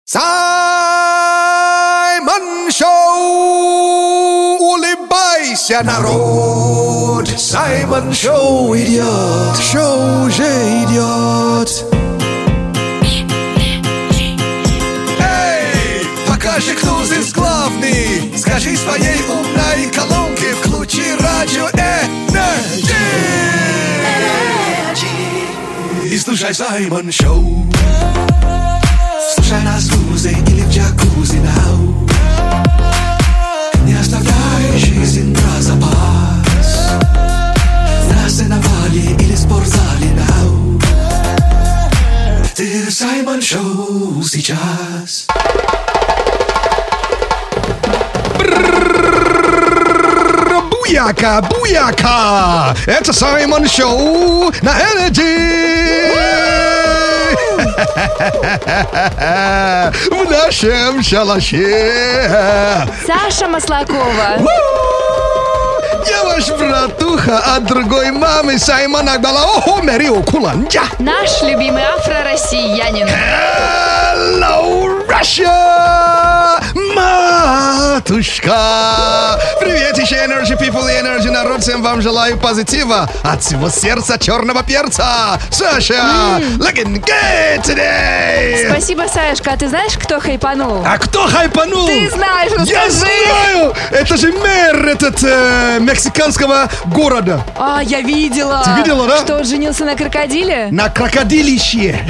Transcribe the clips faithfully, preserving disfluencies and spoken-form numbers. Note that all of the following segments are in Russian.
Саймон Шоу! Улыбайся, народ! Саймон Шоу идет! Шоу уже идет! Эй, покажи, кто здесь главный! Скажи своей умной колонке, включи радио Энерджи! И слушай Саймон Шоу! Слушай нас в лузе или в джакузи now. Не оставляй жизнь про запас. На сеновале или спортзале now. Ты в Саймон Шоу сейчас. Буяка, буяка! Это Саймон Шоу на Энерджи! В нашем шалаше. Саша Маслакова. Я ваш братуха от другой мамы Саймона Балаоху Мэрио Куланджа. Наш любимый афро-россиянин. Hello, Russia! Матушка! Привет еще Energy People и Energy народ. Всем вам желаю позитива от всего сердца черного перца. Саша, mm. looking good today! Спасибо, Сашка. А ты знаешь, кто хайпанул? А кто хайпанул? Ты знаешь, расскажи. Я знаю! Это же мэр этот э, мексиканского города. А, я видела. Ты видела, да? Что он женился на крокодиле? На крокодилище.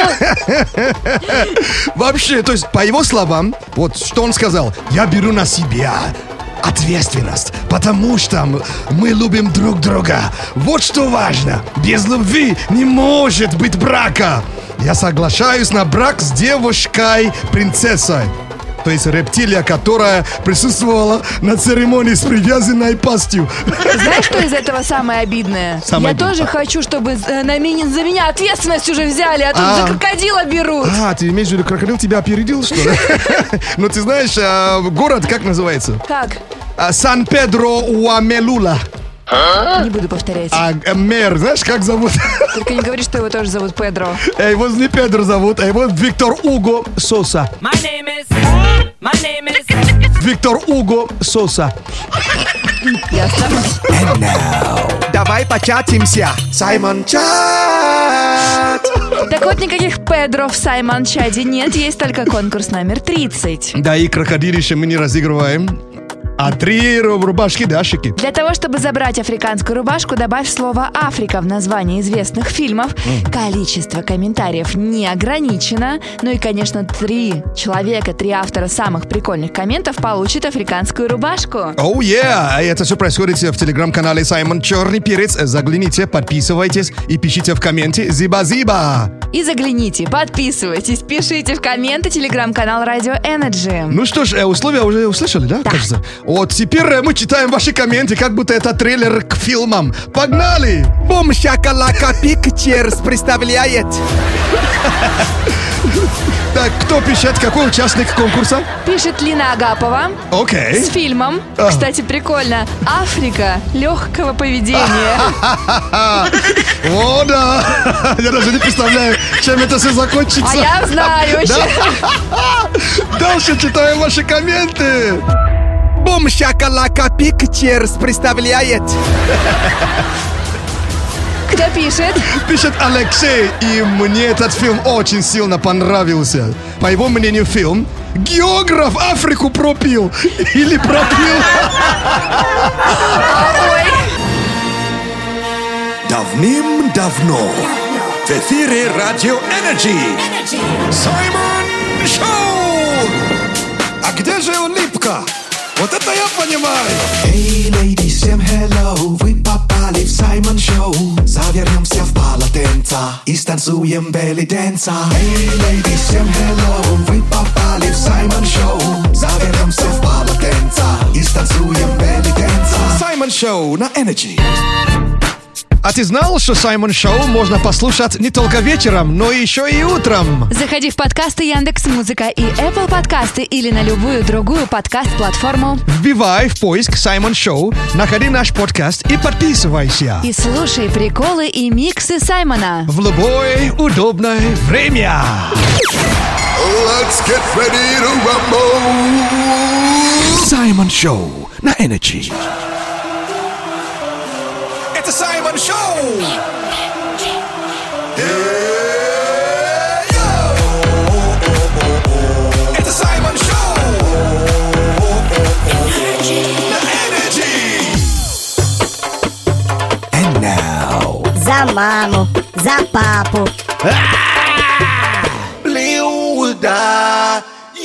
Вообще, то есть, по его словам, вот что он сказал: я беру на себя ответственность, потому что мы любим друг друга. Вот что важно. Без любви не может быть брака. Я соглашаюсь на брак с девушкой-принцессой. То есть рептилия, которая присутствовала на церемонии с привязанной пастью. Знаешь, что из этого самое обидное? Самое Я обидное. тоже хочу, чтобы на меня, за меня ответственность уже взяли, а тут А. за крокодила берут. А, ты имеешь в виду, крокодил тебя опередил, что ли? Ну, ты знаешь, город как называется? Как? Сан-Педро-Уамелула. Не буду повторять. А мэр, знаешь, как зовут? Только не говори, что его тоже зовут Педро. А его не Педро зовут, а его Виктор Уго Соса. My name is, my name is. Виктор Уго Соса. Ясно. Давай початимся. Саймон Чат. Так вот, никаких Педро в Саймон Чаде нет, есть только конкурс номер тридцать. Да, и крокодилище мы не разыгрываем. А три рубашки Дашики. Для того, чтобы забрать африканскую рубашку, добавь слово «Африка» в название известных фильмов. Mm. Количество комментариев не ограничено. Ну и, конечно, три человека, три автора самых прикольных комментов получат африканскую рубашку. Оу, oh, yeah! И это все происходит в телеграм-канале Саймон Черный Перец. Загляните, подписывайтесь и пишите в комменте «Зиба-зиба». И загляните, подписывайтесь, пишите в комменты телеграм-канал Радио Энерджи. Ну что ж, условия уже услышали, да? Да. Кажется. Вот теперь мы читаем ваши комменты, как будто это трейлер к фильмам. Погнали! Бум Шакалака Пикчерс представляет. Так, кто пишет, какой участник конкурса? Пишет Лина Агапова. Окей. С фильмом. А. Кстати, прикольно. Африка легкого поведения. О, да! Я даже не представляю, чем это все закончится. А я знаю еще. Дальше читаем ваши комменты. Бум Шакалака Пикчерс представляет. Кто пишет? Пишет Алексей, и мне этот фильм очень сильно понравился. По его мнению, фильм географ Африку пропил. Или пропил. Ой. Давным-давно в эфире Радио Энерджи Саймон Шоу. А где же улыбка? Вот это я понимаю. Эй, леди, всем hello, вы попали в Саймон Шоу. Завернемся в полотенца и станцуем белли дэнса. Эй, леди, всем hello, вы попали в Саймон Шоу. Завернемся в полотенца и станцуем белли дэнса. Саймон Шоу на Энерджи. А ты знал, что Саймон Шоу можно послушать не только вечером, но еще и утром? Заходи в подкасты Яндекс.Музыка и Apple подкасты или на любую другую подкаст-платформу. Вбивай в поиск Саймон Шоу, находи наш подкаст и подписывайся. И слушай приколы и миксы Саймона. В любое удобное время. Let's get ready to rumble. Саймон Шоу на Energy. Это Саймон Шоу. Это Саймон Шоу. На Energy. And now. За маму, за папу. Блюда,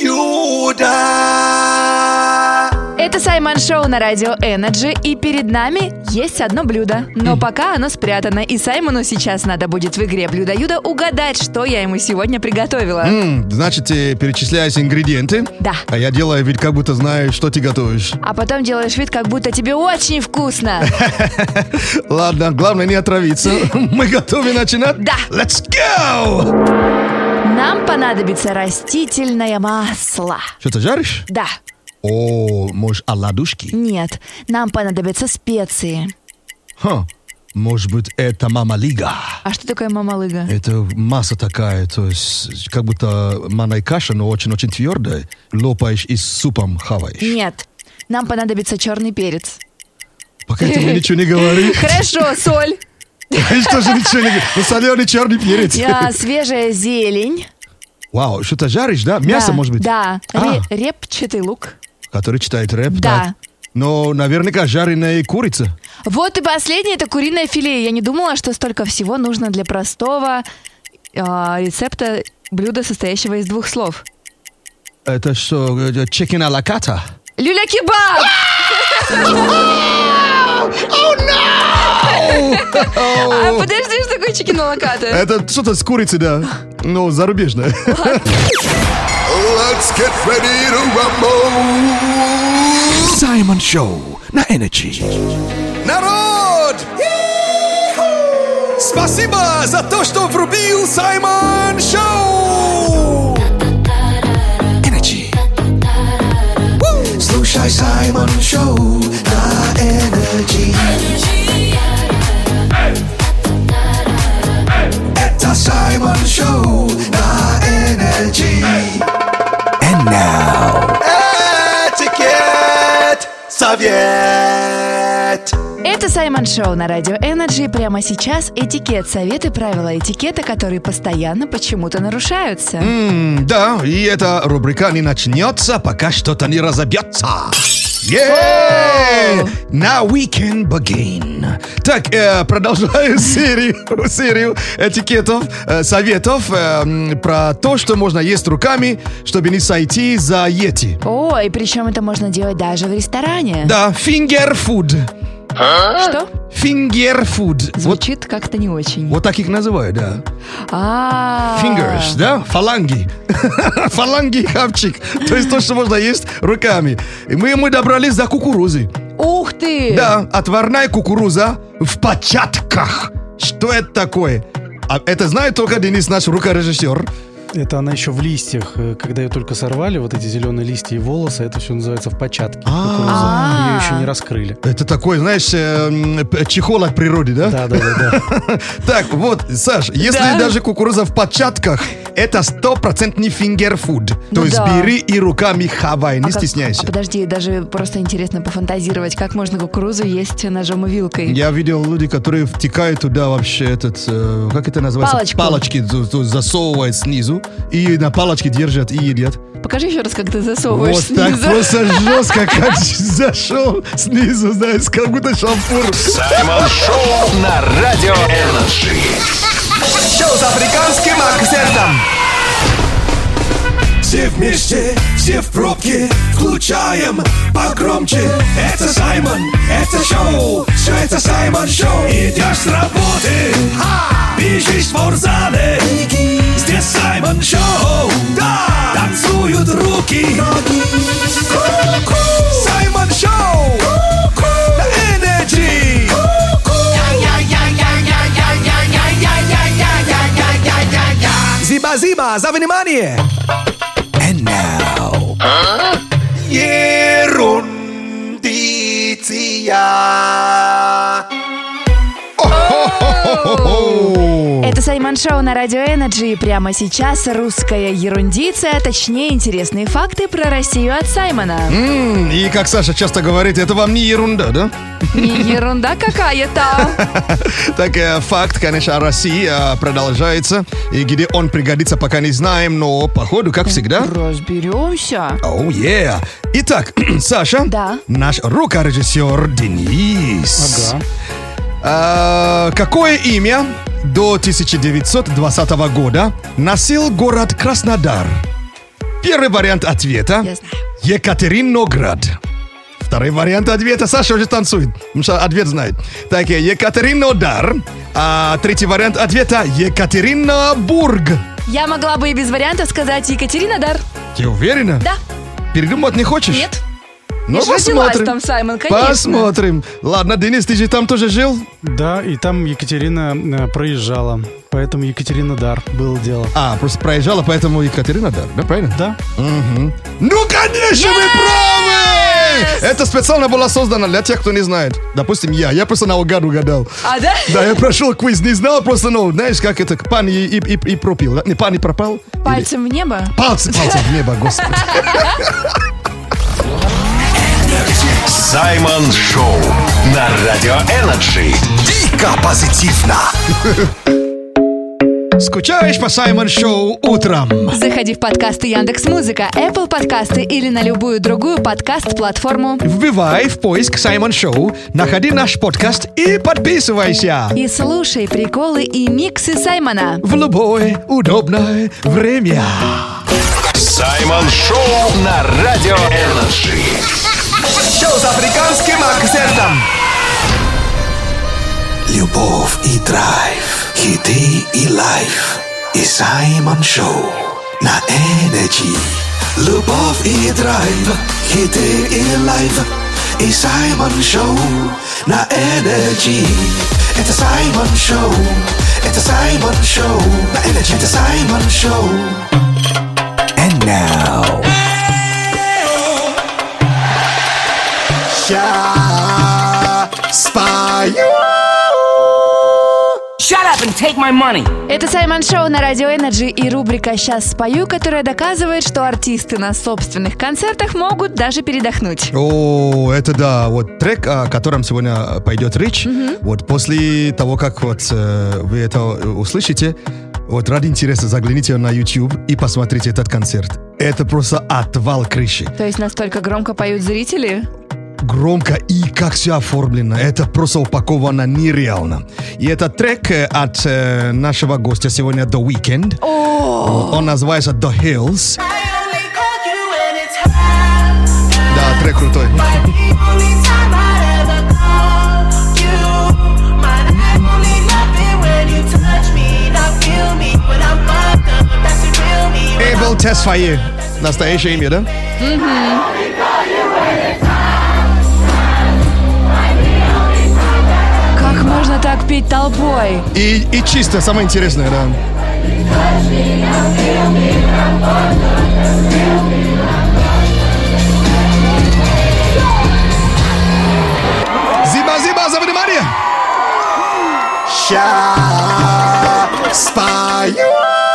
Юда. Это Саймон Шоу на радио Energy, и перед нами есть одно блюдо. Но пока оно спрятано, и Саймону сейчас надо будет в игре «Блюдо-Юдо» угадать, что я ему сегодня приготовила. М, значит, ты перечисляешь ингредиенты. Да. А я делаю вид, как будто знаю, что ты готовишь. А потом делаешь вид, как будто тебе очень вкусно. Ладно, главное не отравиться. Мы готовы начинать? Да. Let's go! Нам понадобится растительное масло. Что ты жаришь? Да. О, может, оладушки? Нет, нам понадобятся специи. Ха, может быть, это мамалига. А что такое мамалыга? Это масса такая, то есть как будто манная каша, но очень-очень твердая. Лопаешь и с супом хаваешь. Нет, нам понадобится черный перец. Пока ты мне ничего не говоришь. Хорошо, соль. Что же ничего не говоришь? Ну, соленый черный перец. Я, свежая зелень. Вау, что ты жаришь, да? Мясо, Да, может быть? Да, А. Ре- репчатый лук. Который читает рэп. Да. так. Но наверняка жареная курица. Вот и последнее, это куриное филе. Я не думала, что столько всего нужно для простого э, рецепта блюда, состоящего из двух слов. Это что, э, chicken à la carte? Люля-кебаб! А подожди, что такое чикен локата? Это что-то с курицей, да. Ну, зарубежное. Let's get ready to rumble. Саймон Шоу на Energy. Народ! Спасибо за то, что врубил Саймон Шоу! Energy. Слушай Саймон Шоу на Energy. Это Саймон Шоу на Energy. And now. Этикет совет. Это Саймон Шоу на радио Energy. Прямо сейчас этикет, советы, правила этикета, которые постоянно почему-то нарушаются. М, да, и эта рубрика не начнется, пока что-то не разобьется. Yeah! Now we can begin. Так, э, продолжаю серию, серию этикетов, э, советов э, м, про то, что можно есть руками, чтобы не сойти за йети. О, и причем это можно делать даже в ресторане. Да, finger food. Что? Finger food. Вот, Звучит как-то не очень. вот так их называют, да. А. Fingers, да? Фаланги. Фаланги и хавчик. То есть то, что можно есть руками. И мы, мы добрались до кукурузы. Ух ты! Да, отварная кукуруза в початках. Что это такое? А это знает только Денис, наш рукорежиссер. Это она еще в листьях, э, когда ее только сорвали, вот эти зеленые листья и волосы, это все называется в початке. Кукуруза. Ее еще не раскрыли. Это такой, знаешь, э, м, чехол от природы, да? Да, да, да, да. Так, вот, Саш, если Да. даже кукуруза в початках, это сто процентов не finger food. То Ну есть да. бери и руками хавай, не А как- стесняйся. А подожди, даже просто интересно пофантазировать, как можно кукурузу есть ножом и вилкой. Я видел люди, которые втекают туда вообще этот, э, как это называется? Палочку. Палочки за- за- засовывают снизу и на палочке держат и едят. Покажи еще раз, как ты засовываешь Вот так снизу. просто жестко, как зашел снизу, знаешь, как будто шампур. Саймон Шоу на Радио Энерджи. Шоу с африканским акцентом. Все вместе, все в пробке, включаем погромче. Это Саймон, это шоу, все это Саймон Шоу. Идешь с работы, бежишь в спортзале, здесь Саймон Шоу. Да, танцуют руки, ку-ку. Саймон Шоу на Energy. Спасибо за внимание! And now... Ерундиция! Это Саймон Шоу на Радио Энерджи. И прямо сейчас русская ерундиция, точнее интересные факты про Россию от Саймона. М, И как Саша часто говорит, это вам не ерунда, да? Не ерунда какая-то. Так, э, факт, конечно, о России э, продолжается. И где он пригодится, пока не знаем, но походу, как всегда. Разберемся. Оу, yeah. Итак, Саша, Да. наш рукорежиссер Денис. Ага. А, какое имя до тысяча девятьсот двадцатого года носил город Краснодар? Первый вариант ответа Я знаю. Екатериноград. Второй вариант ответа Саша уже танцует, потому что ответ знает. Так, Екатеринодар. А третий вариант ответа Екатеринбург. Я могла бы и без вариантов сказать Екатеринодар. Ты уверена? Да. Передумать не хочешь? Нет. Ну, Я же родилась посмотрим. там, Саймон, конечно. Посмотрим. Ладно, Денис, ты же там тоже жил? Да, и там Екатерина э, проезжала. Поэтому Екатеринодар было дело. А, просто проезжала, поэтому Екатеринодар, да, правильно? Да. Мгм. Ну, конечно, вы правы! Это специально было создано для тех, кто не знает. Допустим, я. Я просто наугад угадал. А, да? Да, я прошел квиз, не знал просто, ну, знаешь, как это, пан и, и, и, и пропил. Да? Не, пан и пропал? Пальцем в небо. Или- Пальцы, пальцы в небо, господи. Саймон Шоу на Радио Энерджи. Дико позитивно! Скучаешь по Саймон Шоу утром? Заходи в подкасты Яндекс.Музыка, Apple подкасты или на любую другую подкаст-платформу. Вбивай в поиск Саймон Шоу, находи наш подкаст и подписывайся. И слушай приколы и миксы Саймона. В любое удобное время. Саймон Шоу на Радио Энерджи. Шоу с африканским акцентом! Любовь и драйв, хиты и лайф. И Саймон Шоу на Energy. Любовь и драйв, хиты и лайф. И Саймон Шоу на Energy. Это Саймон Шоу, это Саймон Шоу на Energy. Это Саймон Шоу. And now... Я спою. Shut up and take my money. Это Саймон Шоу на Радио Энерджи и рубрика «Сейчас спою», которая доказывает, что артисты на собственных концертах могут даже передохнуть. О, это да, вот трек, о котором сегодня пойдет речь. Вот после того, как вот э, вы это услышите, вот ради интереса загляните на YouTube и посмотрите этот концерт. Это просто отвал крыши. То есть настолько громко поют зрители? Громко и как все оформлено. Это просто упаковано нереально. И этот трек э, от э, нашего гостя сегодня The Weeknd. Он называется The Hills. Да, трек крутой. Эйбл Тесфае. Настоящее имя, да? Как можно так петь толпой? И, и чисто, самое интересное, да. Зиба-зиба за внимание! Я спою.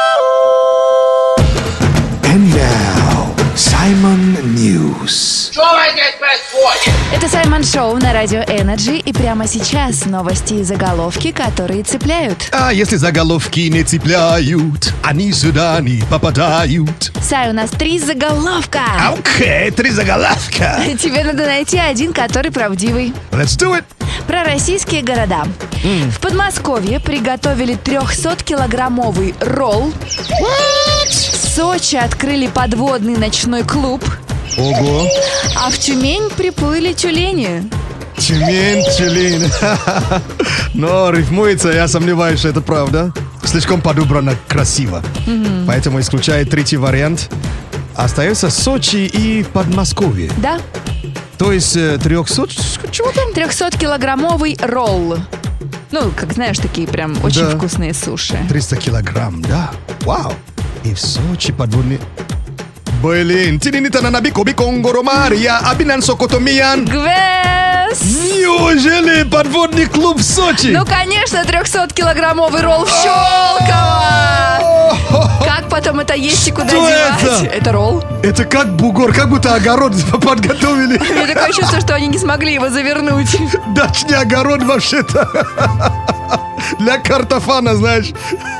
And now, Simon News. Это Саймон Шоу на Радио Энерджи, и прямо сейчас новости и заголовки, которые цепляют. А если заголовки не цепляют, они сюда не попадают. Сай, у нас три заголовка. Окей, три заголовка. Тебе надо найти один, который правдивый. Let's do it. Про российские города. В Подмосковье приготовили трехсоткилограммовый ролл. В Сочи открыли подводный ночной клуб. Ого. А в Тюмень приплыли тюлени. Тюмень, тюлень. Но рифмуется, я сомневаюсь, что это правда. Слишком подобрано красиво. Поэтому исключает третий вариант. Остается Сочи и Подмосковье. Да, То есть трехсот... Чего там? трехсоткилограммовый ролл. Ну, как знаешь, такие прям очень Да. вкусные суши. триста килограмм, да. Вау. И в Сочи подводный... Блин, тининитана на бико биконгоро Мария, абинан сокотомиян. Гвес! Неужели подводный клуб в Сочи? Ну, конечно, трехсоткилограммовый ролл в Щелково! Как потом это есть и куда Что девать? это? Это ролл. Это как бугор, как будто огород подготовили. У меня такое чувство, что они не смогли его завернуть. Дачный огород вообще-то. Для картофана, знаешь.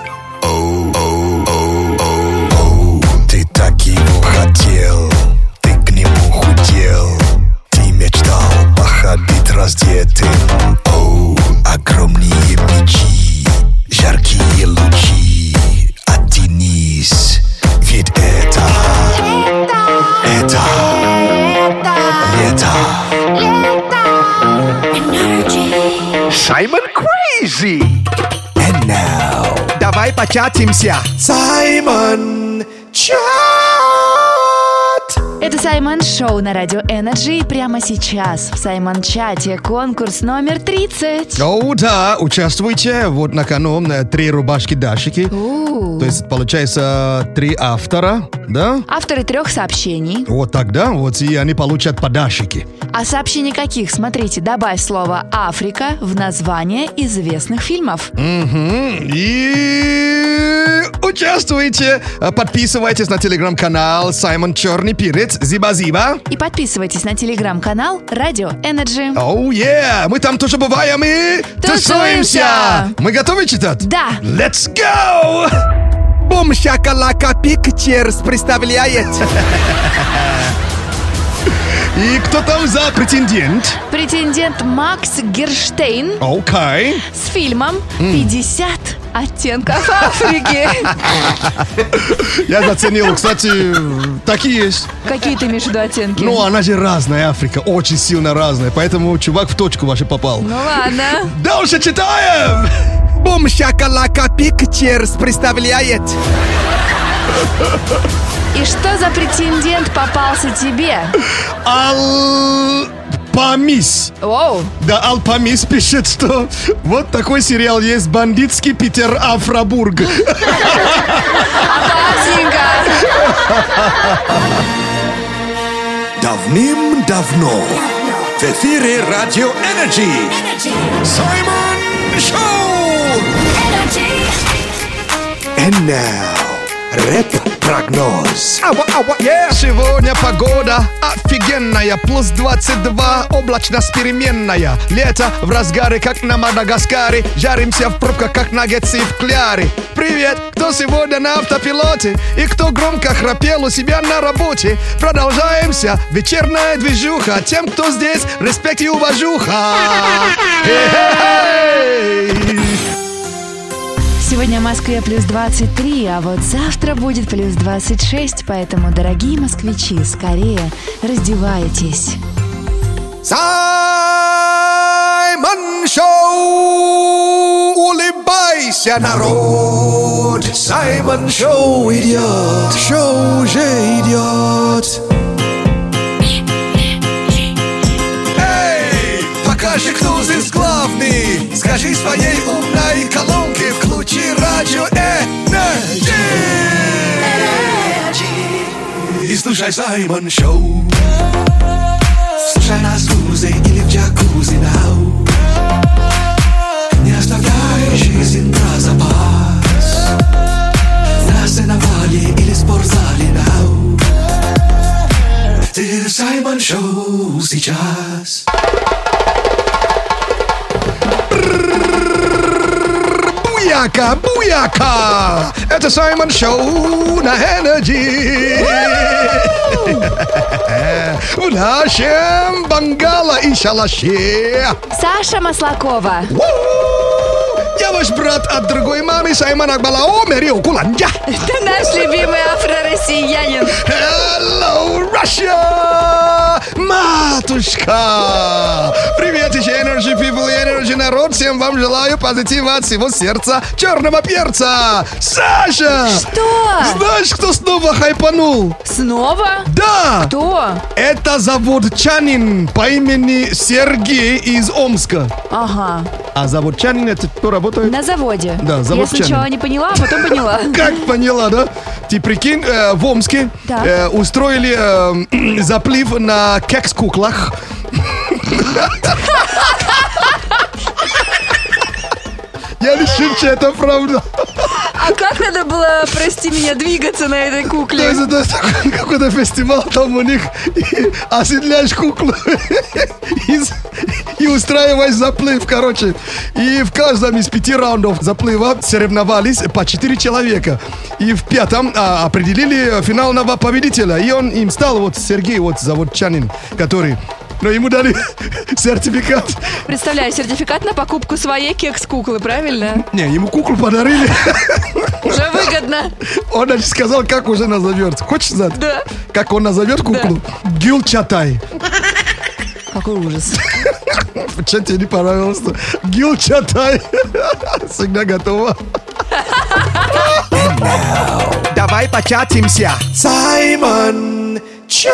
Ты так его хотел, ты к нему худел, ты мечтал походить раздетым. Оу, огромные мечи, жаркие лучи, оттянись, ведь это, это, лето. Саймон Crazy. And now, Давай початимся. Саймон Чат. Это Саймон Шоу на Радио Энерджи. И прямо сейчас в Саймон Чате конкурс номер тридцать. О, да, участвуйте. Вот на кону э, три рубашки-дашики. То есть, получается, три автора, да? Авторы трех сообщений. Вот тогда, вот и они получат подарочки. А сообщений каких? Смотрите, добавь слово «Африка» в название известных фильмов. Мгм. И участвуйте. Подписывайтесь на телеграм-канал Саймон Черный Перец. Зиба-зиба. И подписывайтесь на телеграм-канал Радио Энерджи. Оу, yeah. Мы там тоже бываем и Тусуемся. Мы готовы читать? Да. Let's go! Бум Шакалака Пикчерс представляет. И кто там за претендент? Претендент Макс Герштейн Окей. с фильмом «пятьдесят оттенков Африки». Я заценил, кстати, такие есть. Какие ты имеешь в виду оттенки? Ну, она же разная, Африка, очень сильно разная. Поэтому чувак в точку вашу попал. Ну ладно. Дальше читаем! Бум Шакалака Пикчерс представляет. И что за претендент попался тебе? Алпамис. Оу. Да, Алпамис пишет, что вот такой сериал есть, бандитский Питер Афробург. Опасненько. Давным-давно в эфире Радио Энерджи Саймон Шоу. And now рэп-прогноз. Сегодня погода офигенная, плюс двадцать два, облачность переменная. Лето в разгаре, как на Мадагаскаре. Жаримся в пробках, как наггетсы в кляре. Привет, кто сегодня на автопилоте и кто громко храпел у себя на работе. Продолжаемся, вечерняя движуха. Тем, кто здесь, респект и уважуха. Хе-хе-хей! Сегодня в Москве плюс двадцать три, а вот завтра будет плюс двадцать шесть. Поэтому, дорогие москвичи, скорее раздевайтесь. Саймон Шоу! Улыбайся, народ! Саймон Шоу идет! Шоу уже идет! Эй, покажи, кто здесь главный! Скажи своей умной колонке, включи Радио Энерджи! И слушай Саймон Шоу! Слушай нас в музее или в джакузи now. Не оставляй жизнь про запас. На сеновале или спортзале now. Ты Саймон Шоу сейчас. Буяка, буяка! Это Саймон Шоу на Энерджи! В нашем бангало и шалаше! Саша Маслакова. Я ваш брат от другой мамы Саймон Акбалао Мерио Куланджа! Это наш любимый афро-россиянин. Hello, Russia! матушка! Привет еще, Energy People, Energy народ! Всем вам желаю позитива от всего сердца черного перца! Саша! Что? Знаешь, кто снова хайпанул? Снова? Да! Кто? Это заводчанин по имени Сергей из Омска. Ага. А заводчанин это кто работает? На заводе. Да, Я заводчанин. сначала не поняла, а потом поняла. Как поняла, да? Ты прикинь, э, в Омске Так. э, устроили э, заплыв на кекс-куклах. Я не шучу, это правда. А как надо было, прости меня, двигаться на этой То кукле? есть это такой какой-то фестиваль, там у них и оседляешь куклу и, и устраиваешь заплыв, короче. И в каждом из пяти раундов заплыва соревновались по четыре человека. И в пятом а, определили финального победителя. И он им стал, вот Сергей, вот заводчанин, который... Но ему дали сертификат. Представляю, сертификат на покупку своей кекс-куклы, правильно? Не, ему куклу подарили. Уже выгодно. Он даже сказал, как уже назовет. Хочешь знать? Да. Как он назовет куклу? Гюльчатай. Какой ужас. Что тебе не понравилось? Гюльчатай. Всегда готова. Давай початимся. Саймон Чат.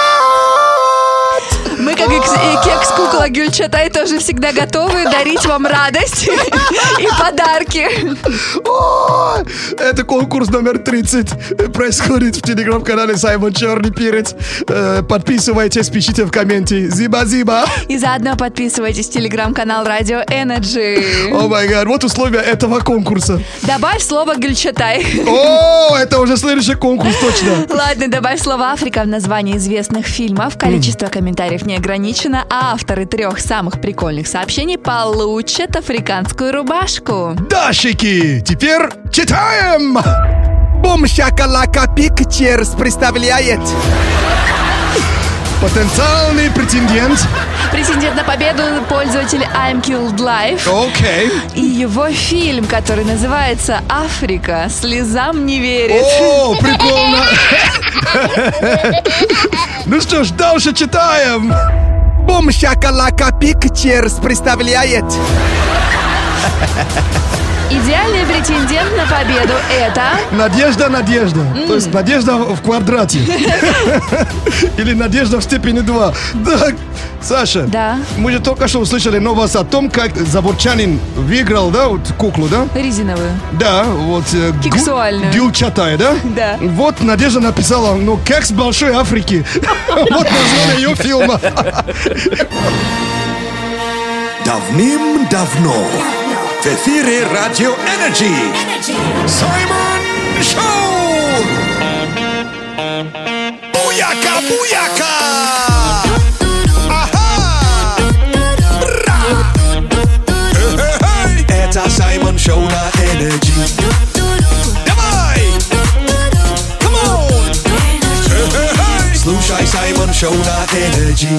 Мы, как экс- и кекс-кукла Гюльчатай, тоже всегда готовы дарить вам радость и подарки. О, это конкурс номер тридцать. Происходит в телеграм-канале Саймон Черный Перец. Э, Подписывайтесь, пишите в комменте. Зиба-зиба. И заодно подписывайтесь в телеграм-канал Радио Energy. О май гад, вот условия этого конкурса. Добавь слово Гюльчатай. О, это уже следующий конкурс, точно. Ладно, добавь слово Африка в название известных фильмов. Количество комментариев не ограничено, а авторы трех самых прикольных сообщений получат африканскую рубашку. Дашики, теперь читаем. Бум Шакалака Пикчерс представляет. Потенциальный претендент. Претендент на победу пользователь I'm Killed Life. Окей. И его фильм, который называется «Африка. Слезам не верит». О, прикольно. Ну что ж, дальше читаем. Бум Шакалака Пикчерс представляет. Идеальный претендент на победу — это... Надежда, надежда. Mm. То есть надежда в квадрате. Или надежда в степени два. Да, Саша, Да. мы же только что услышали новость о том, как заводчанин выиграл, да, вот куклу, да? Резиновую. Да, вот... э, Гю- Кексуальную. Гюльчатай, да? Да. Вот Надежда написала, ну, кекс большой Африки. Вот название ее фильма. Давным-давно в эфире Радио Energy Саймон Шоу. Буяка, буяка. Ага. Бра. Хе-хе-хей. Это Саймон Шоу на Energy. Давай. Come on. Хе-хе-хей. Слушай Саймон Шоу на Energy.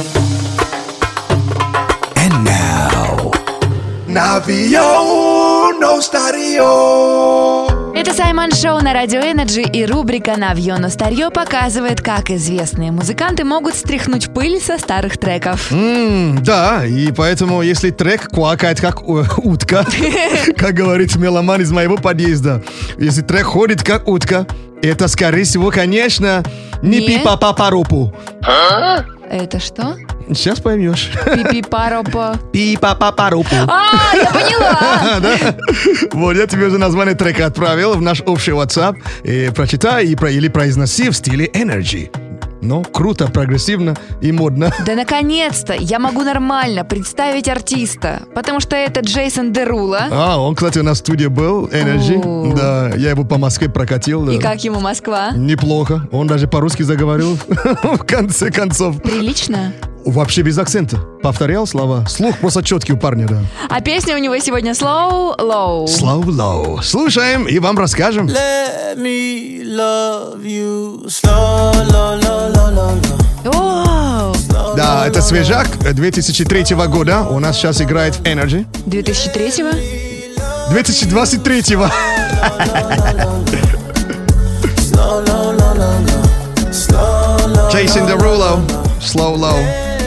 And now, Навио Ностарио. Это Саймон Шоу на Радио Energy, и рубрика «Навье но старье» показывает, как известные музыканты могут стряхнуть пыль со старых треков. М, Да, и поэтому, если трек квакает как э, утка, как говорит меломан из моего подъезда, если трек ходит как утка, это, скорее всего, конечно, не Не? пипа-папа-рупу. Это что? Сейчас поймешь. Пипи-паропа. Пипа-папа-рупу. А, я поняла! Да? Вот я тебе уже название трека отправил в наш общий WhatsApp. И прочитай и про, или произноси в стиле Energy. Ну, круто, прогрессивно и модно. Да наконец-то я могу нормально представить артиста, потому что это Джейсон Дерула. А, он, кстати, у нас в студии был, Energy. О. Да, я его по Москве прокатил. И да. как ему Москва? Неплохо. Он даже по-русски заговорил в конце концов. Прилично? Вообще без акцента. Повторял слова. Слух просто четкий у парня, да. А песня у него сегодня Slow Low. Slow low. Слушаем и вам расскажем. Let me love you slow, low, low, low, low, О, Да, это свежак две тысячи третьего года. У нас сейчас играет в Energy. две тысячи третьего? две тысячи двадцать третьего. Jason Derulo. Slow Low.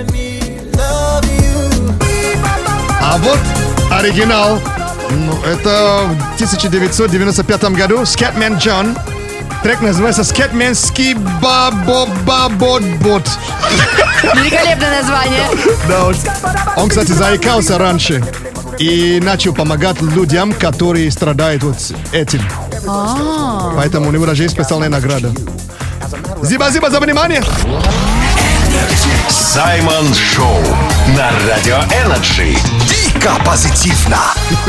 А вот оригинал. Ну, это в тысяча девятьсот девяносто пятом году Scatman John. Трек называется Scatman Skibabobabot. Великолепное название. Да, вот. Он, кстати, заикался раньше и начал помогать людям, которые страдают вот этим. А-а-а. Поэтому у него даже есть специальная награда. Зиба-зиба за внимание! Саймон Шоу на Радио Энерджи. Дико позитивно!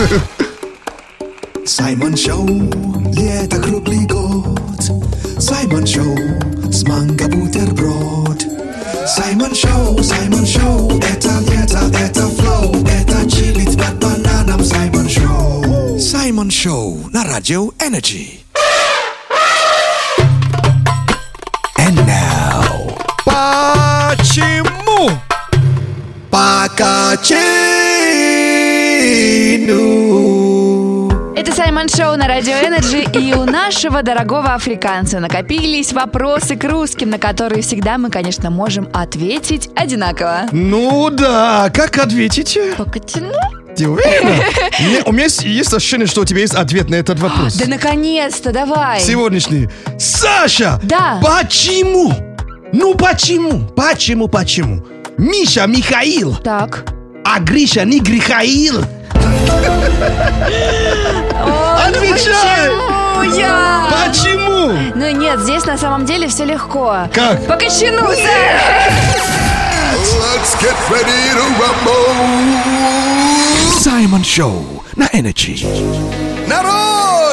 Саймон Шоу, лето круглый год. Саймон Шоу, с манго бутерброд. Саймон Шоу, Саймон Шоу, это лето, это флоу, это чилит под бананом. Саймон Шоу. Саймон Шоу на Радио Энерджи. And now. Почему? Покачину. Это Саймон Шоу на Радио Энерджи, и у нашего дорогого африканца накопились вопросы к русским, на которые всегда мы, конечно, можем ответить одинаково. Ну да, как ответите? Покачину? Ты уверена? Мне- У меня есть, есть ощущение, что у тебя есть ответ на этот вопрос. Да наконец-то, давай. Сегодняшний. Саша! Да. Почему? Ну почему? Почему, почему? Миша Михаил, Так. а Гриша не Грихаил. Отвечай! Почему я? Почему? Ну нет, здесь на самом деле все легко. Как? Покачнуться. Let's get ready to rumble. Саймон Шоу на Energy. Народ!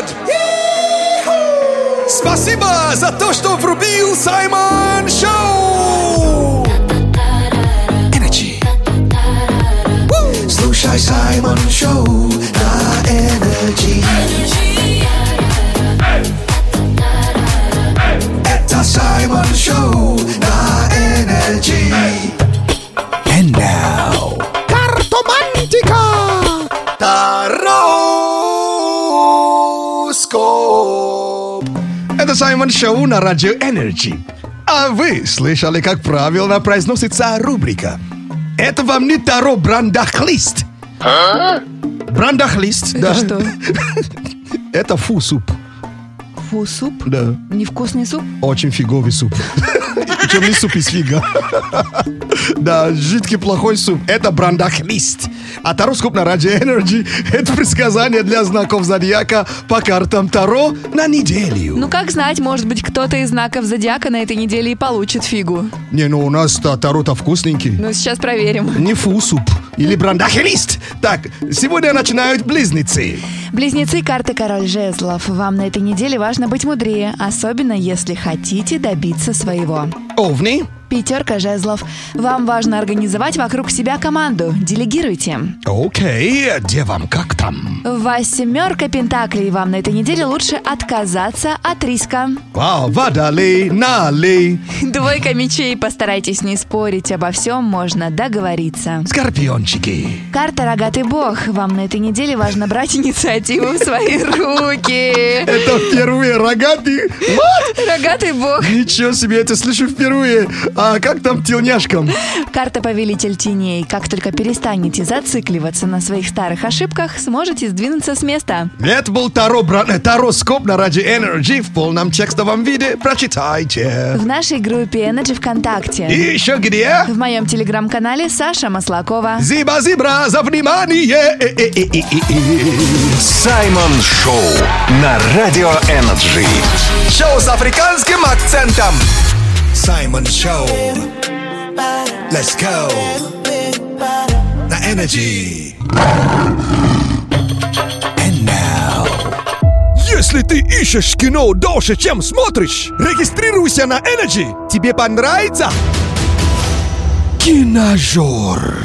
Спасибо за то, что врубил Саймон Шоу. Energy. Слушай Саймон Шоу на Energy. Это Саймон Шоу на Energy. And now. Картомантика. Тароскоп. Это Саймон Шоу на Радио Энерджи. А вы слышали, как правильно произносится рубрика? Это вам не Таро Брандахлист. Брандахлист, да. Что? Это фу-суп. Фу, суп? Да. Невкусный суп? Очень фиговый суп. Причем не суп из фига. Да, жидкий плохой суп. Это брандахлист. А тароскоп на Радио Энерджи — это предсказание для знаков зодиака по картам Таро на неделю. Ну как знать, может быть, кто-то из знаков зодиака на этой неделе и получит фигу. Не, ну у нас-то Таро-то вкусненький. Ну сейчас проверим. Не фу-суп или брандахлист. Так, сегодня начинают близнецы. Близнецы карты Король Жезлов. Вам на этой неделе важно быть мудрее, особенно если хотите добиться своего. Овни. Пятерка жезлов. Вам важно организовать вокруг себя команду. Делегируйте. Окей, где вам, как там? Восьмерка пентаклей. Вам на этой неделе лучше отказаться от риска. Вау, водолей, налей. Двойка мечей. Постарайтесь не спорить, обо всем можно договориться. Скорпиончики. Карта Рогатый Бог. Вам на этой неделе важно брать инициативу в свои руки. Это впервые рогатый. What? Рогатый Бог. Ничего себе, это слышу впервые. А как там тельняшкам? Карта Повелитель Теней. Как только перестанете зацикливаться на своих старых ошибках, сможете сдвинуться с места. Это был Таро, бра... Тароскоп на Радио Энерджи в полном текстовом виде. Прочитайте. В нашей группе Energy ВКонтакте. И еще где? В моем телеграм-канале Саша Маслакова. Зиба-зибра за внимание. Саймон Шоу на Радио Энерджи. Шоу с африканским акцентом. Саймон Шоу. Let's go. На Energy. And now. Если ты ищешь кино дольше, чем смотришь, регистрируйся на Energy. Тебе понравится? Киножор.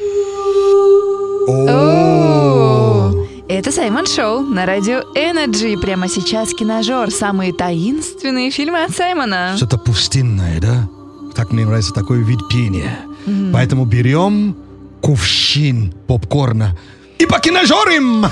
О, это Саймон Шоу на Радио Энерджи. Прямо сейчас Киножор. Самые таинственные фильмы от Саймона. Что-то пустынное, да? Так мне нравится такой вид пения. Мгм. Поэтому берем кувшин попкорна и покиножорим!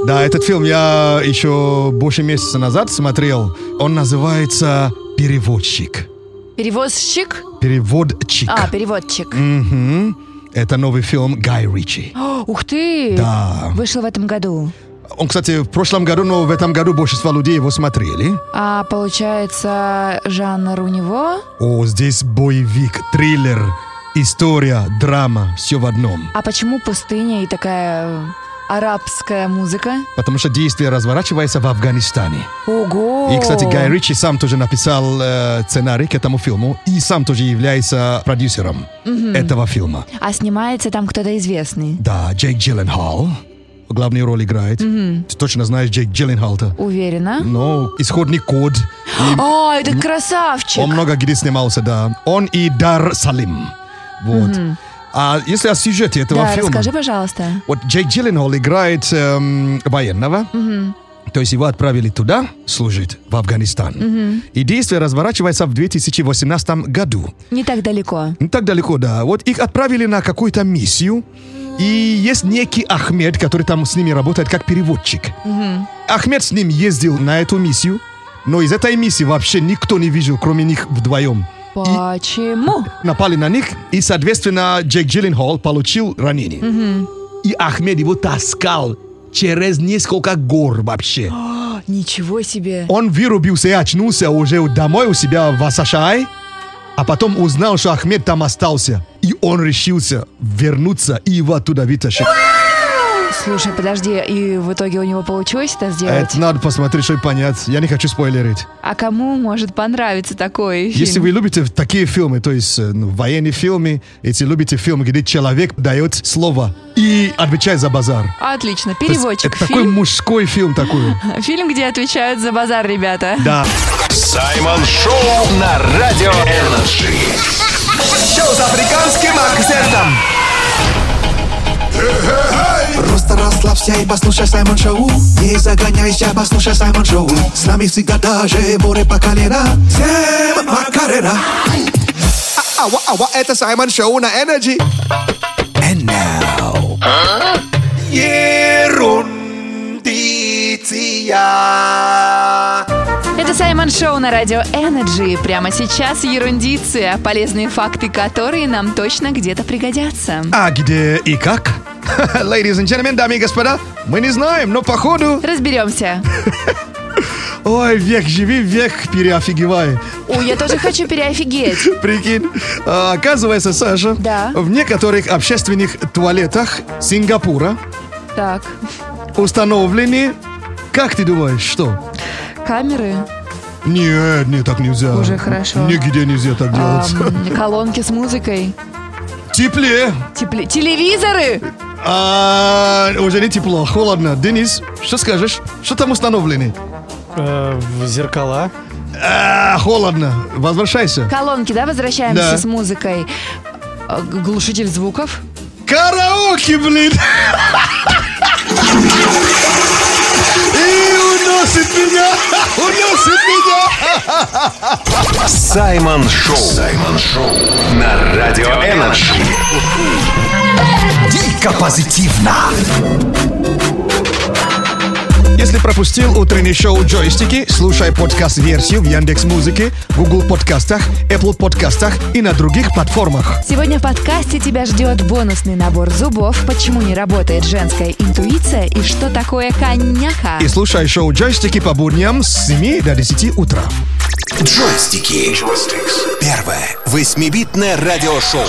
Да, этот фильм я еще больше месяца назад смотрел. Он называется «Переводчик». Перевозчик? Переводчик. А, переводчик. Мгм. Это новый фильм Гай Ричи. О, ух ты! Да. Вышел в этом году. Он, кстати, в прошлом году, но в этом году большинство людей его смотрели. А получается, жанр у него? О, здесь боевик, триллер, история, драма, все в одном. А почему пустыня и такая арабская музыка? Потому что действие разворачивается в Афганистане. Ого! И, кстати, Гай Ричи сам тоже написал э, сценарий к этому фильму и сам тоже является продюсером Мгм. этого фильма. А снимается там кто-то известный? Да, Джейк Джилленхол главную роль играет. Мгм. Ты точно знаешь Джейк Джилленхол-то? Уверена? Ну, «Исходный код». И А, это красавчик! он много где снимался, да. Он и Дар Салим. Вот. Мгм. А если о сюжете этого Да, фильма... расскажи, пожалуйста. Вот Джейк Джилленхол играет эм, военного. Мгм. То есть его отправили туда служить, в Афганистан. Мгм. И действие разворачивается в две тысячи восемнадцатом году. Не так далеко. Не так далеко, да. Вот их отправили на какую-то миссию. И есть некий Ахмед, который там с ними работает как переводчик. Мгм. Ахмед с ним ездил на эту миссию, но из этой миссии вообще никто не видел, кроме них вдвоем. Почему? Напали на них, и, соответственно, Джейк Джилленхол получил ранение. Мгм. И Ахмед его таскал через несколько гор вообще. А, Ничего себе! Он вырубился и очнулся уже домой у себя в Асашай, а потом узнал, что Ахмед там остался. И он решился вернуться и его оттуда вытащить. Слушай, подожди, и в итоге у него получилось это сделать? Это надо посмотреть, чтобы понять. Я не хочу спойлерить. А кому может понравиться такой фильм? Если вы любите такие фильмы, то есть э, ну, военные фильмы, если любите фильмы, где человек дает слово и отвечает за базар. Отлично, То есть переводчик. это такой Фильм, мужской фильм такой. фильм, где отвечают за базар, ребята. Да. Саймон Шоу на Радио Энерджи. Шоу с африканским акцентом. Просто расслабься и послушай Саймон Шоу. Не загоняйся, послушай Саймон Шоу. С нами всегда даже море по колено. Всем Макарена. Ава, ава, это Саймон Шоу на Energy. And now, Ерундиция. Это Саймон Шоу на радио Energy. Прямо сейчас ерундиция. Полезные факты, которые нам точно где-то пригодятся. А где и как? Ladies and gentlemen, дамы и господа, мы не знаем, но походу... Разберемся. Ой, век живи, век переофигевай. Ой, я тоже хочу переофигеть. Прикинь, а, оказывается, Саша, Да. в некоторых общественных туалетах Сингапура Так, установлены, как ты думаешь, что? камеры, Нет, нет, так нельзя. Уже хорошо. Нигде нельзя так делать. ам, колонки с музыкой, Теплее. тепле... телевизоры. А, уже не тепло, холодно. Денис, что скажешь? Что там установлены? Э, в зеркала. А, холодно. Возвращайся. Колонки, да, возвращаемся Да. с музыкой. А, г- Глушитель звуков. Караоке, блин! И уносит меня! Уносит меня! Саймон Шоу. Саймон Шоу на Радио Энерджи. дико позитивно. Если пропустил утреннее шоу «Джойстики», слушай подкаст-версию в Яндекс.Музыке, Google подкастах, Apple подкастах и на других платформах. Сегодня в подкасте тебя ждет бонусный набор зубов, почему не работает женская интуиция и что такое коняка. И слушай шоу «Джойстики» по будням с семи до десяти утра. Джойстики. Первое восьмибитное радиошоу.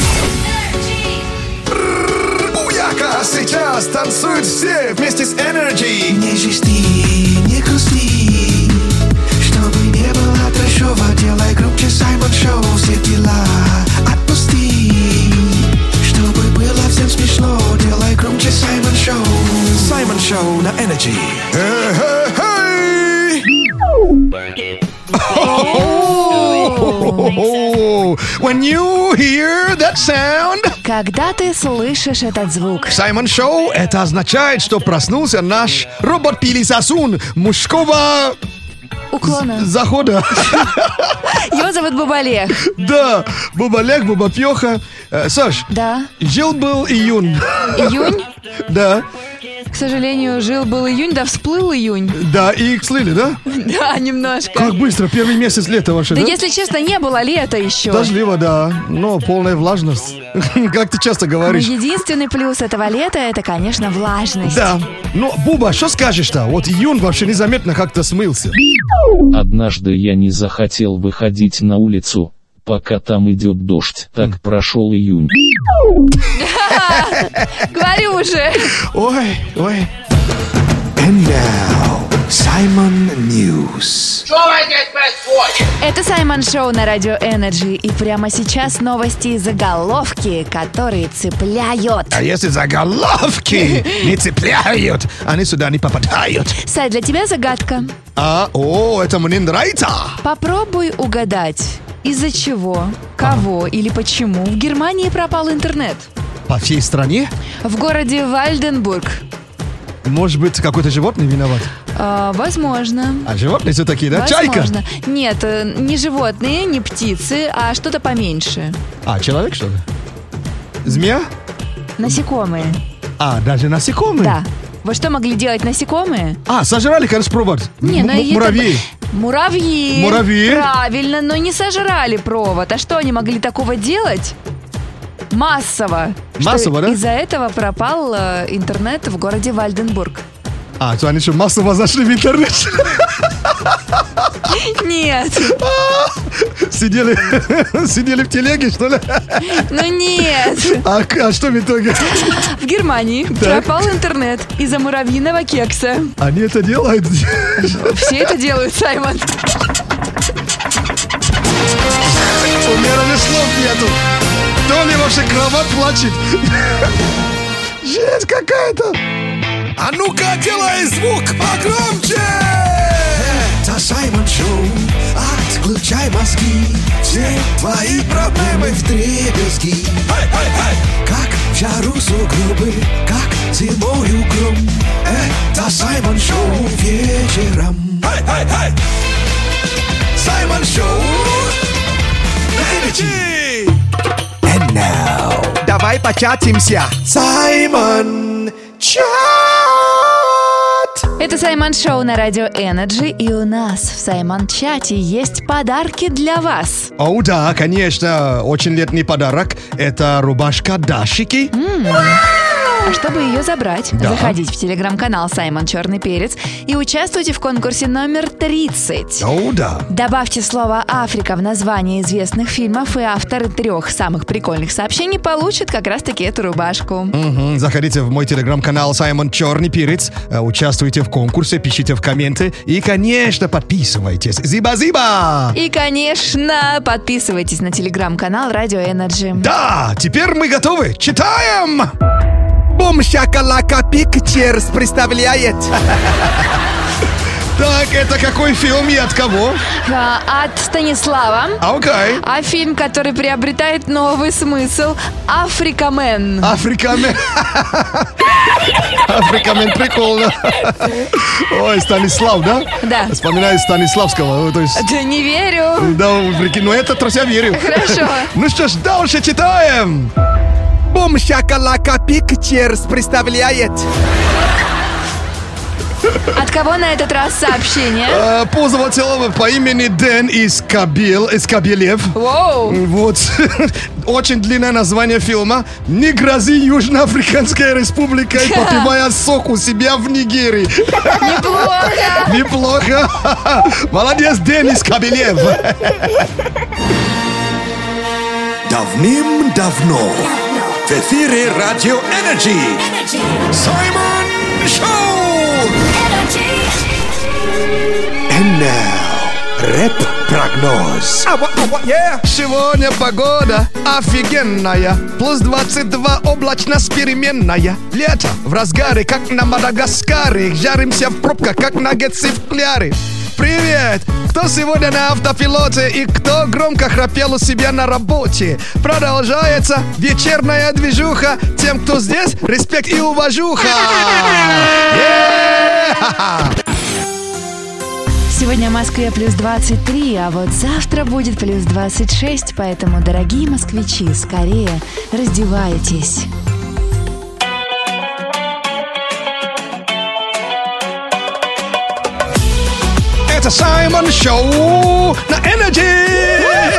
Буяка, сейчас танцуют все вместе с Energy. Не жести, не грусти. Чтобы не было трэшово, делай громче Саймон Шоу. Все дела отпусти. Чтобы было всем смешно, делай громче Саймон Шоу. Саймон Шоу на Energy. Oh, when you hear that sound, Когда ты слышишь этот звук? Саймон Шоу, это означает, что проснулся наш робот-пылесосун мужского Уклона. захода. Его зовут Бубалех. Да, Бубалек, Бубапьеха. Э, Саш, Да. жил-был июнь. Июнь? Да. К сожалению, жил-был июнь, да всплыл июнь. Да, и их слили, да? Да, немножко. Как быстро, первый месяц лета вообще, Да, да? если честно, не было лета еще. Дождливо, да, но полная влажность. Как ты часто Но говоришь. единственный плюс этого лета, это, конечно, влажность. Да. Ну, Буба, что скажешь-то? Вот июнь вообще незаметно как-то смылся. Однажды я не захотел выходить на улицу, пока там идет дождь. Так прошел июнь. Говорю же. Ой, ой. And now, Simon News. Это Саймон Шоу на Радио Энерджи. И прямо сейчас новости и заголовки, которые цепляют. А если заголовки не цепляют, они сюда не попадают. Сай, для тебя загадка. А, о, это мне нравится. Попробуй угадать, из-за чего, кого или почему в Германии пропал интернет. По всей стране? В городе Вальденбург. Может быть, какое-то животное виноват? А, возможно. А животные все такие, да? Возможно. Чайка? Нет, э, не животные, не птицы, а что-то поменьше. А, человек, что ли? Змея? Насекомые. А, даже насекомые? Да. Вот что могли делать насекомые? А, сожрали, конечно, провод. Не, М- ну это- Муравьи. Муравьи. Муравьи? Правильно, но не сожрали провод. А что они могли такого делать? Массово. Массово, Что да? Из-за этого пропал э, интернет в городе Вальденбург. А, то они что, массово зашли в интернет? Нет. Сидели, сидели в телеге, что ли? Ну нет. А, а что в итоге? В Германии Так. пропал интернет из-за муравьиного кекса. Они это делают? Все это делают, Саймон. У меня даже слов нету. То ли вообще кровать плачет. Жесть какая-то. А ну-ка, делай звук погромче! Это Саймон Шоу. Отключай мозги. Все твои проблемы вдребезги. Как в жару сугробы, как зимою гром. Это Саймон Шоу вечером. Саймон Шоу! На Energy! And now, Давай початимся! Саймон Чат! Это Саймон Шоу на Радио Энерджи, и у нас в Саймон Чате есть подарки для вас. О, да, конечно, очень летний подарок. Это рубашка Дашики. А чтобы ее забрать, Да. заходите в телеграм-канал Саймон Черный Перец и участвуйте в конкурсе номер тридцать. О, да. Добавьте слово «Африка» в название известных фильмов, и авторы трех самых прикольных сообщений получат как раз-таки эту рубашку. Мгм. Заходите в мой телеграм-канал Саймон Черный Перец, э, участвуйте в конкурсе, пишите в комменты и, конечно, подписывайтесь. Зиба-зиба! И, конечно, подписывайтесь на телеграм-канал Радио Энерджи. Да, теперь мы готовы. Читаем! Бум Шакалака Пикчерс представляет Так, это какой фильм и от кого? А, От Станислава. Окей. А фильм, который приобретает новый смысл — «Африкамен». Африкамен. Африкамен, прикольно. Ой, Станислав, да? Да. Вспоминаю Станиславского. То есть, Да не верю. да, прикинь, ну это трос я верю. Хорошо. Ну что ж, дальше читаем. Бум Шакалака Пикчерс представляет От кого на этот раз сообщение? Э, Пользователь по имени Дэн из Кабил, из Кабилев. Воу. Вот. Очень длинное название фильма. «Не грози Южноафриканской республикой, попивая сок у себя в Нигерии». Неплохо. Неплохо. Молодец, Дэн из Кабилев. Давным-давно в эфире Радио Энерджи Саймон Шоу. And now, рэп-прогноз. Сегодня погода офигенная. Плюс двадцать два, облачно с переменная. Лето в разгаре, как на Мадагаскаре. Жаримся в пробках, как наггетсы в кляре. Привет! Кто сегодня на автопилоте и кто громко храпел у себя на работе? Продолжается вечерняя движуха. Тем, кто здесь, респект и уважуха! Yeah! Сегодня в Москве плюс двадцать три, а вот завтра будет плюс двадцать шесть, поэтому, дорогие москвичи, скорее раздевайтесь. Это Саймон Шоу на Energy!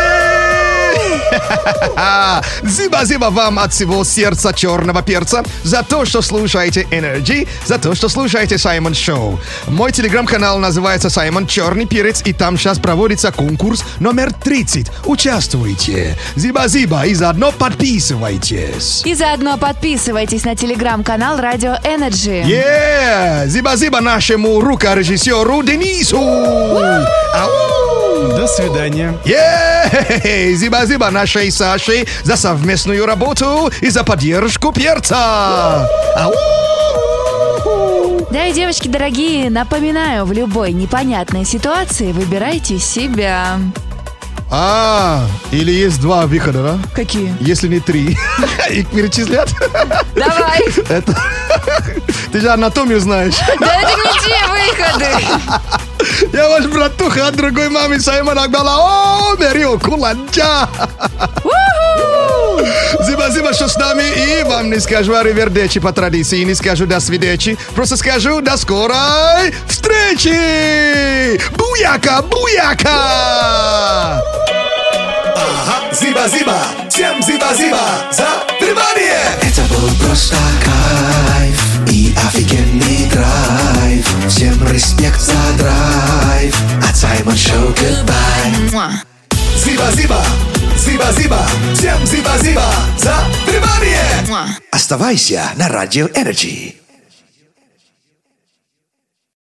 Зиба-зиба вам от всего сердца черного перца за то, что слушаете Energy, за то, что слушаете Саймон Шоу. Мой телеграм-канал называется Саймон Черный Перец, и там сейчас проводится конкурс номер тридцать. Участвуйте. Зиба-зиба, и заодно подписывайтесь. И заодно подписывайтесь на телеграм-канал Радио Energy. Yeah! Зиба-зиба нашему рукорежиссеру Денису. Ау! До свидания. Yeah! Зиба-зиба нашей Саше за совместную работу и за поддержку перца. Ау! Да и, девочки дорогие, напоминаю, в любой непонятной ситуации выбирайте себя. А, или есть два выхода, да? Какие? Если не три. Их перечислят? Давай. Это... Ты же анатомию знаешь. Да это не те выходы. Я ваш братуха от другой мамы Саймон Акбала. О, Мерио Куланча. Зиба-зиба, что с нами. И вам не скажу аривердечи по традиции, не скажу до свидечи. Просто скажу до скорой встречи. Буяка, буяка. Ага, зиба-зиба, всем зиба-зиба за внимание! Это был просто кайф и офигенный драйв. Всем респект за драйв. От Саймон Шоу goodbye. Зиба-зиба, зиба-зиба, всем зиба-зиба за внимание! Оставайся на Радио Energy.